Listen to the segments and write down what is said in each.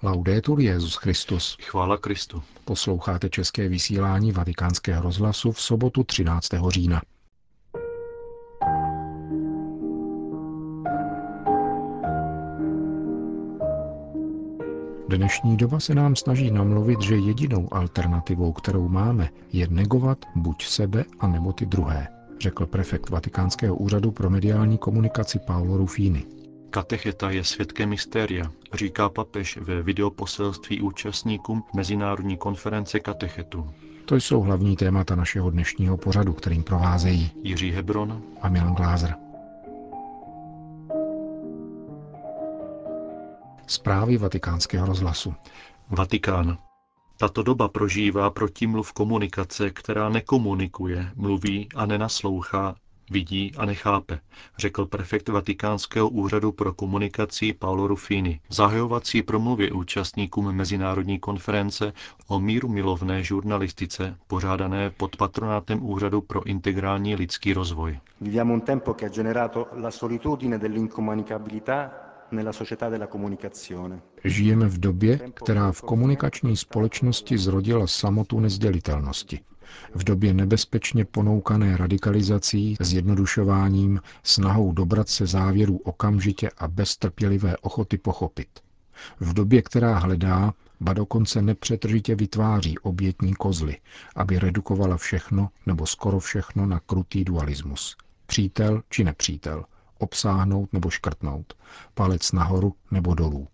Laudetur Jesus Christus. Chvála Kristu. Posloucháte české vysílání Vatikánského rozhlasu v sobotu 13. října. Dnešní doba se nám snaží namluvit, že jedinou alternativou, kterou máme, je negovat buď sebe, anebo ty druhé, řekl prefekt Vatikánského úřadu pro mediální komunikaci Paolo Ruffini. Katecheta je svědkem mystéria, říká papež ve videoposelství účastníkům Mezinárodní konference katechetů. To jsou hlavní témata našeho dnešního pořadu, kterým provázejí Jiří Hebron a Milan Glázer. Zprávy Vatikánského rozhlasu. Vatikán. Tato doba prožívá protimluv komunikace, která nekomunikuje, mluví a nenaslouchá, vidí a nechápe, řekl prefekt Vatikánského úřadu pro komunikaci Paolo Ruffini v zahajovací promluvě účastníkům Mezinárodní konference o mírumilovné žurnalistice, pořádané pod patronátem Úřadu pro integrální lidský rozvoj. Viviamo un tempo che ha generato la solitudine dell'incomunicabilità nella società della comunicazione. Žijeme v době, která v komunikační společnosti zrodila samotu nezdělitelnosti. V době nebezpečně ponoukané radikalizací, zjednodušováním, snahou dobrat se závěrů okamžitě a bez trpělivé ochoty pochopit. V době, která hledá, ba dokonce nepřetržitě vytváří obětní kozly, aby redukovala všechno nebo skoro všechno na krutý dualismus. Přítel či nepřítel, obsáhnout nebo škrtnout, palec nahoru nebo dolů.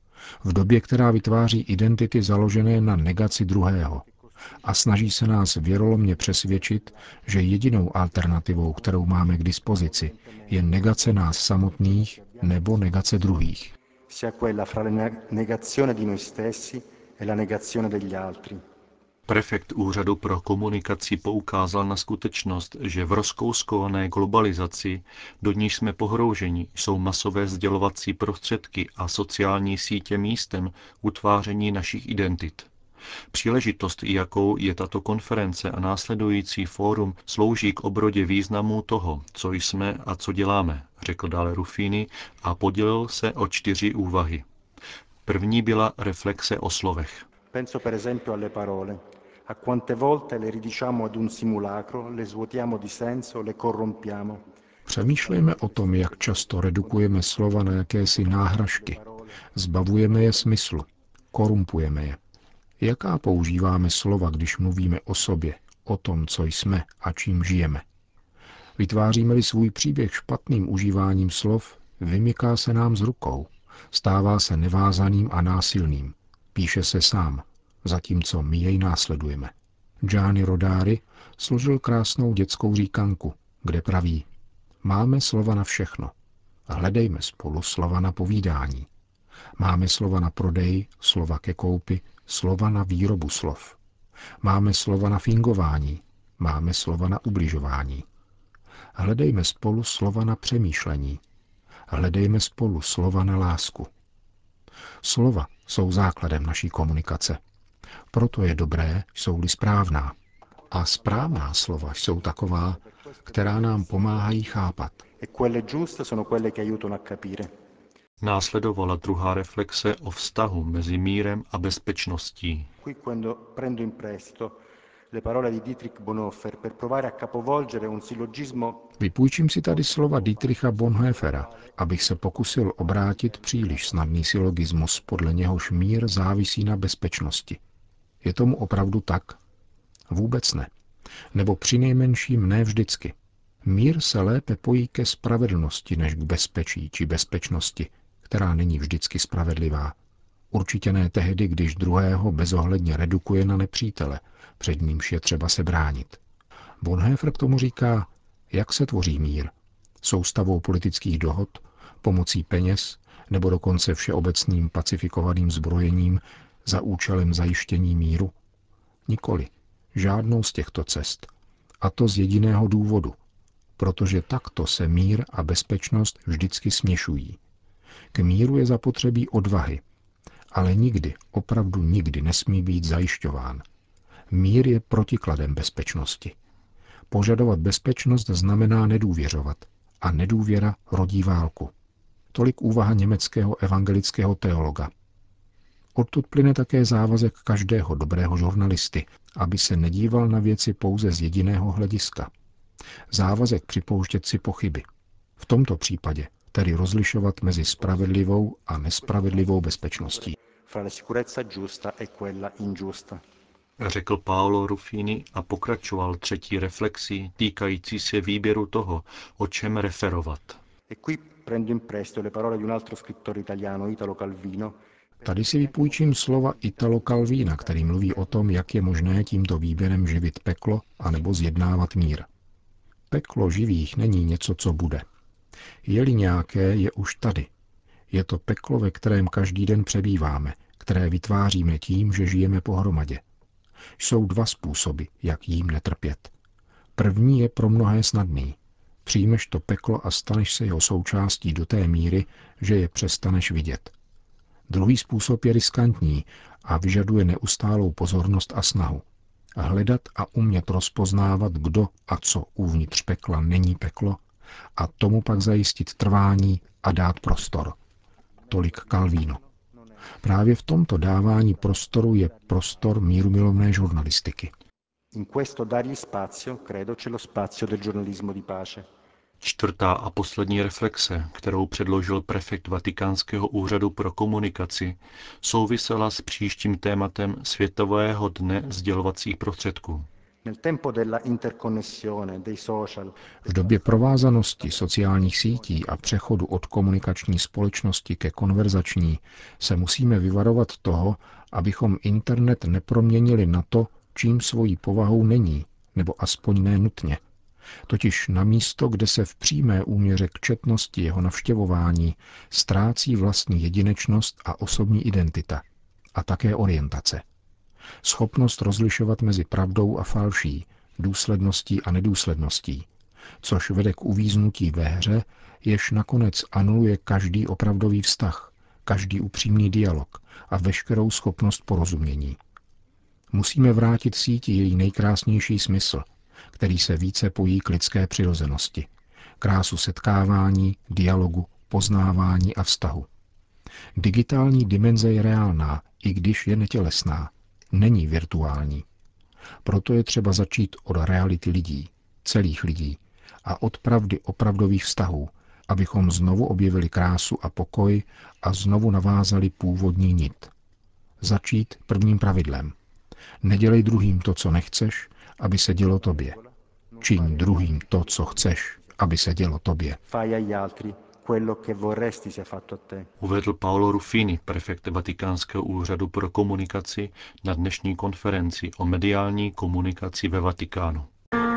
V době, která vytváří identity založené na negaci druhého a snaží se nás věrolomně přesvědčit, že jedinou alternativou, kterou máme k dispozici, je negace nás samotných nebo negace druhých. Sia quella fra la negazione di noi stessi e la negazione degli altri. Prefekt Úřadu pro komunikaci poukázal na skutečnost, že v rozkouskované globalizaci, do níž jsme pohrouženi, jsou masové sdělovací prostředky a sociální sítě místem utváření našich identit. Příležitost, jakou je tato konference a následující fórum, slouží k obrodě významu toho, co jsme a co děláme, řekl dále Ruffini a podělil se o 4 úvahy. První byla reflexe o slovech. Penso per esempio alle parole. A quante volte le ridiciamo ad un simulacro, le svuotiamo di senso, le corrompiamo. Přemýšlejme o tom, jak často redukujeme slova na jakési náhražky. Zbavujeme je smyslu, korumpujeme je. Jaká používáme slova, když mluvíme o sobě, o tom, co jsme a čím žijeme? Vytváříme-li svůj příběh špatným užíváním slov, vymyká se nám z rukou, stává se nevázaným a násilným, píše se sám, zatímco my jej následujeme. Gianni Rodari složil krásnou dětskou říkanku, kde praví: máme slova na všechno, hledejme spolu slova na povídání. Máme slova na prodej, slova ke koupi, slova na výrobu slov. Máme slova na fingování, máme slova na ubližování. Hledejme spolu slova na přemýšlení. Hledejme spolu slova na lásku. Slova jsou základem naší komunikace. Proto je dobré, jsou-li správná. A správná slova jsou taková, která nám pomáhají chápat. E quelle giuste sono quelle che aiutano a capire. Následovala druhá reflexe o vztahu mezi mírem a bezpečností. Qui quando prendo in prestito le parole di Dietrich Bonhoeffer per provare a capovolgere un sillogismo. Vypůjčím si tady slova Dietricha Bonhoeffera, abych se pokusil obrátit příliš snadný syllogismus, podle něhož mír závisí na bezpečnosti. Je tomu opravdu tak? Vůbec ne. Nebo přinejmenším ne vždycky. Mír se lépe pojí ke spravedlnosti než k bezpečí či bezpečnosti, která není vždycky spravedlivá. Určitě ne tehdy, když druhého bezohledně redukuje na nepřítele, před nímž je třeba se bránit. Bonhoeffer k tomu říká, jak se tvoří mír. Soustavou politických dohod, pomocí peněz nebo dokonce všeobecným pacifikovaným zbrojením za účelem zajištění míru? Nikoli. Žádnou z těchto cest. A to z jediného důvodu. Protože takto se mír a bezpečnost vždycky směšují. K míru je zapotřebí odvahy, ale nikdy, opravdu nikdy nesmí být zajišťován. Mír je protikladem bezpečnosti. Požadovat bezpečnost znamená nedůvěřovat a nedůvěra rodí válku. Tolik úvaha německého evangelického teologa. Odtud plyne také závazek každého dobrého žurnalisty, aby se nedíval na věci pouze z jediného hlediska. Závazek připouštět si pochyby. V tomto případě tedy rozlišovat mezi spravedlivou a nespravedlivou bezpečností. Řekl Paolo Ruffini a pokračoval třetí reflexí týkající se výběru toho, o čem referovat. Tady si vypůjčím slova Italo Calvina, který mluví o tom, jak je možné tímto výběrem živit peklo anebo zjednávat mír. Peklo živých není něco, co bude. Je-li nějaké, je už tady. Je to peklo, ve kterém každý den přebýváme, které vytváříme tím, že žijeme pohromadě. Jsou dva způsoby, jak jím netrpět. První je pro mnohé snadný. Přijmeš to peklo a staneš se jeho součástí do té míry, že je přestaneš vidět. Druhý způsob je riskantní a vyžaduje neustálou pozornost a snahu. Hledat a umět rozpoznávat, kdo a co uvnitř pekla není peklo, a tomu pak zajistit trvání a dát prostor. Tolik Calvino. Právě v tomto dávání prostoru je prostor mírumilovné žurnalistiky. Čtvrtá a poslední reflexe, kterou předložil prefekt Vatikánského úřadu pro komunikaci, souvisela s příštím tématem Světového dne sdělovacích prostředků. V době provázanosti sociálních sítí a přechodu od komunikační společnosti ke konverzační se musíme vyvarovat toho, abychom internet neproměnili na to, čím svojí povahou není, nebo aspoň ne nutně. Totiž na místo, kde se v přímé úměře k četnosti jeho navštěvování ztrácí vlastní jedinečnost a osobní identita, a také orientace. Schopnost rozlišovat mezi pravdou a falší, důsledností a nedůsledností, což vede k uvíznutí ve hře, jež nakonec anuluje každý opravdový vztah, každý upřímný dialog a veškerou schopnost porozumění. Musíme vrátit síti její nejkrásnější smysl, který se více pojí k lidské přirozenosti, krásu setkávání, dialogu, poznávání a vztahu. Digitální dimenze je reálná, i když je netělesná, není virtuální. Proto je třeba začít od reality lidí, celých lidí a od pravdy opravdových vztahů, abychom znovu objevili krásu a pokoj a znovu navázali původní nit. Začít prvním pravidlem. Nedělej druhým to, co nechceš, aby se dělo tobě. Čiň druhým to, co chceš, aby se dělo tobě. Uvedl Paolo Ruffini, prefekt Vatikánského úřadu pro komunikaci, na dnešní konferenci o mediální komunikaci ve Vatikánu.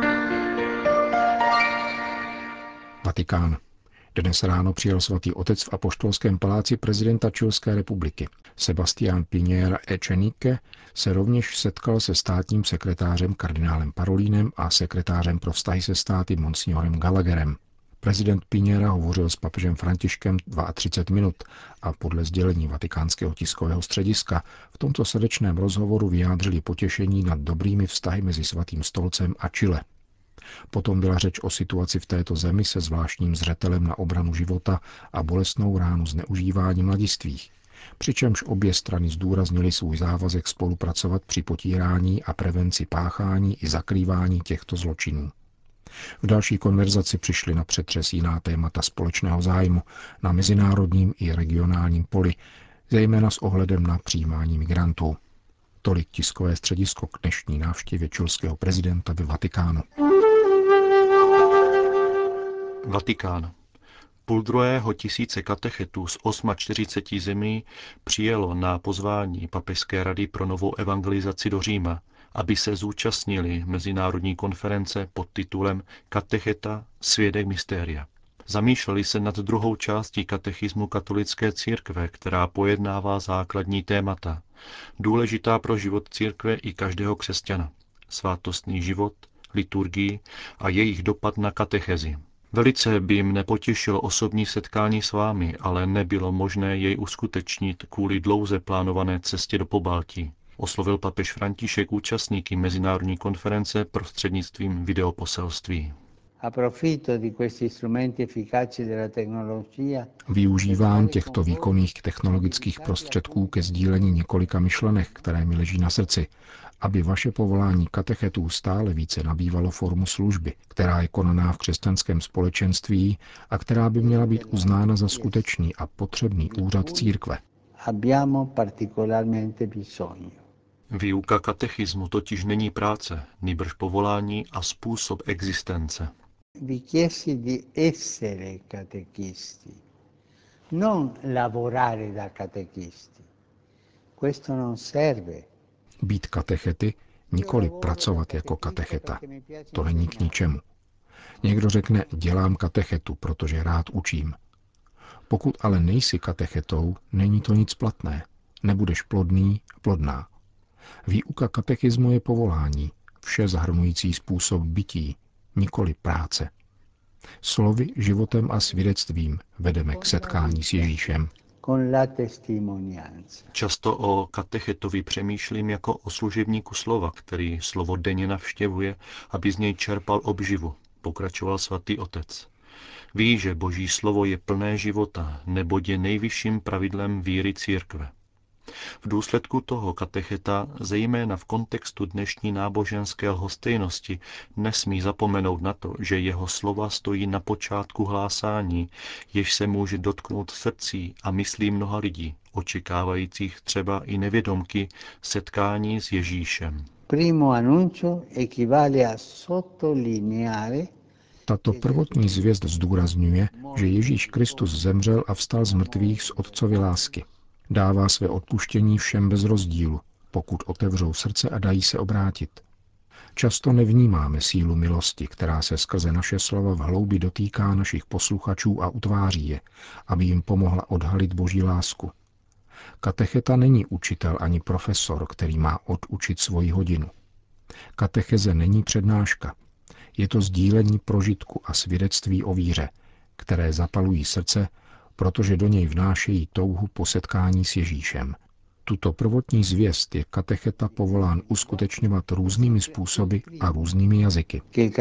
Vatikán. Dnes ráno přijel svatý otec v apoštolském paláci prezidenta Chilské republiky. Sebastián Piñera Echenique se rovněž setkal se státním sekretářem kardinálem Parolínem a sekretářem pro vztahy se státy monsignorem Gallagherem. Prezident Piñera hovořil s papežem Františkem 32 minut a podle sdělení Vatikánského tiskového střediska v tomto srdečném rozhovoru vyjádřili potěšení nad dobrými vztahy mezi Svatým stolcem a Chile. Potom byla řeč o situaci v této zemi se zvláštním zřetelem na obranu života a bolestnou ránu zneužívání mladistvých, přičemž obě strany zdůraznily svůj závazek spolupracovat při potírání a prevenci páchání i zakrývání těchto zločinů. V další konverzaci přišli na přetřes jiná témata společného zájmu na mezinárodním i regionálním poli, zejména s ohledem na přijímání migrantů. Tolik tiskové středisko k dnešní návštěvě chilského prezidenta ve Vatikánu. Vatikán. 500 katechetů z 48 zemí přijelo na pozvání Papežské rady pro novou evangelizaci do Říma, aby se zúčastnili mezinárodní konference pod titulem Katecheta, svědek mystéria. Zamýšleli se nad druhou částí katechismu katolické církve, která pojednává základní témata, důležitá pro život církve i každého křesťana. Svátostný život, liturgii a jejich dopad na katechezi. Velice by mne potěšilo osobní setkání s vámi, ale nebylo možné jej uskutečnit kvůli dlouze plánované cestě do Pobaltí. Oslovil papež František účastníky mezinárodní konference prostřednictvím videoposelství. Využívám těchto výkonných technologických prostředků ke sdílení několika myšlenek, které mi leží na srdci, aby vaše povolání katechetů stále více nabývalo formu služby, která je konaná v křesťanském společenství a která by měla být uznána za skutečný a potřebný úřad církve. Výuka katechismu totiž není práce, nýbrž povolání a způsob existence. Vi chiesi di essere catechisti, non lavorare da catechisti. Questo non serve. Být katechety, nikoli pracovat jako katecheta. To není k ničemu. Někdo řekne, dělám katechetu, protože rád učím. Pokud ale nejsi katechetou, není to nic platné. Nebudeš plodný, plodná. Výuka katechismu je povolání, vše zahrnující způsob bytí, nikoli práce. Slovy, životem a svědectvím vedeme k setkání s Ježíšem. Často o katechetovi přemýšlím jako o služebníku slova, který slovo denně navštěvuje, aby z něj čerpal obživu, pokračoval svatý otec. Ví, že Boží slovo je plné života, neboť je nejvyšším pravidlem víry církve. V důsledku toho katecheta, zejména v kontextu dnešní náboženské lhostejnosti, nesmí zapomenout na to, že jeho slova stojí na počátku hlásání, jež se může dotknout srdcí a myslí mnoha lidí, očekávajících třeba i nevědomky setkání s Ježíšem. Tato prvotní zvěst zdůrazňuje, že Ježíš Kristus zemřel a vstal z mrtvých z Otcovy lásky. Dává své odpuštění všem bez rozdílu, pokud otevřou srdce a dají se obrátit. Často nevnímáme sílu milosti, která se skrze naše slova v hloubi dotýká našich posluchačů a utváří je, aby jim pomohla odhalit Boží lásku. Katecheta není učitel ani profesor, který má odučit svoji hodinu. Katecheze není přednáška. Je to sdílení prožitku a svědectví o víře, které zapalují srdce, protože do něj vnášejí touhu po setkání s Ježíšem. Tuto prvotní zvěst je katecheta povolán uskutečňovat různými způsoby a různými jazyky.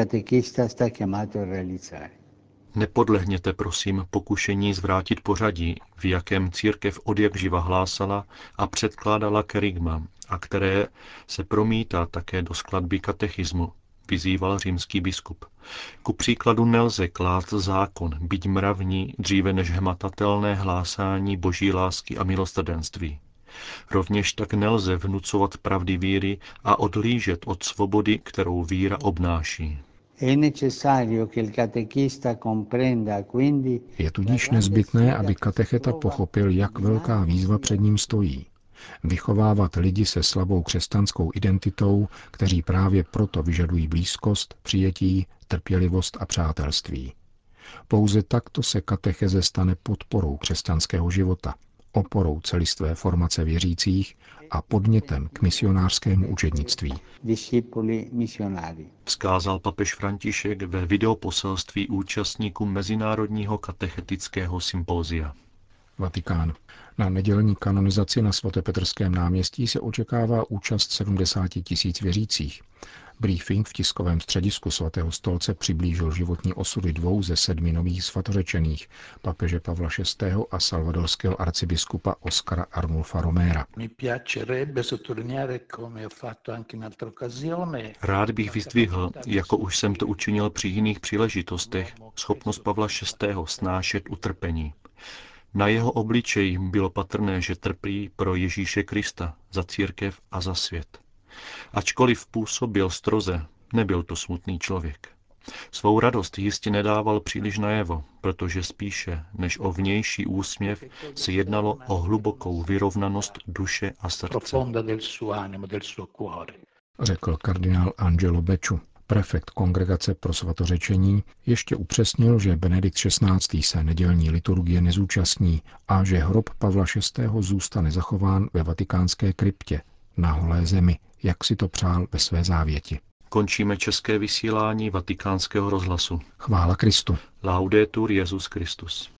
Nepodlehněte, prosím, pokušení zvrátit pořadí, v jakém církev odjakživa hlásala a předkládala kerygma, a které se promítá také do skladby katechismu, vyzýval římský biskup. Ku příkladu nelze klást zákon, byť mravní, dříve než hmatatelné hlásání Boží lásky a milosrdenství. Rovněž tak nelze vnucovat pravdy víry a odhlížet od svobody, kterou víra obnáší. Je tudíž nezbytné, aby katecheta pochopil, jak velká výzva před ním stojí. Vychovávat lidi se slabou křesťanskou identitou, kteří právě proto vyžadují blízkost, přijetí, trpělivost a přátelství. Pouze takto se katecheze stane podporou křesťanského života, oporou celistvé formace věřících a podnětem k misionářskému učednictví. Vzkázal papež František ve videoposelství účastníkům Mezinárodního katechetického sympózia. Vatikán. Na nedělní kanonizaci na svatopetrském náměstí se očekává účast 70 000 věřících. Briefing v tiskovém středisku svatého stolce přiblížil životní osudy 2 ze 7 nových svatořečených, papeže Pavla VI. A salvadorského arcibiskupa Oscara Arnulfa Romera. Rád bych vyzdvihl, jako už jsem to učinil při jiných příležitostech, schopnost Pavla VI. Snášet utrpení. Na jeho obličeji bylo patrné, že trpí pro Ježíše Krista, za církev a za svět. Ačkoliv působil stroze, nebyl to smutný člověk. Svou radost jistě nedával příliš najevo, protože spíše než o vnější úsměv se jednalo o hlubokou vyrovnanost duše a srdce. Řekl kardinál Angelo Becciu. Prefekt Kongregace pro svatořečení ještě upřesnil, že Benedikt XVI. Se nedělní liturgie nezúčastní a že hrob Pavla VI. Zůstane zachován ve vatikánské kryptě na holé zemi, jak si to přál ve své závěti. Končíme české vysílání Vatikánského rozhlasu. Chvála Kristu. Laudetur Jesus Christus.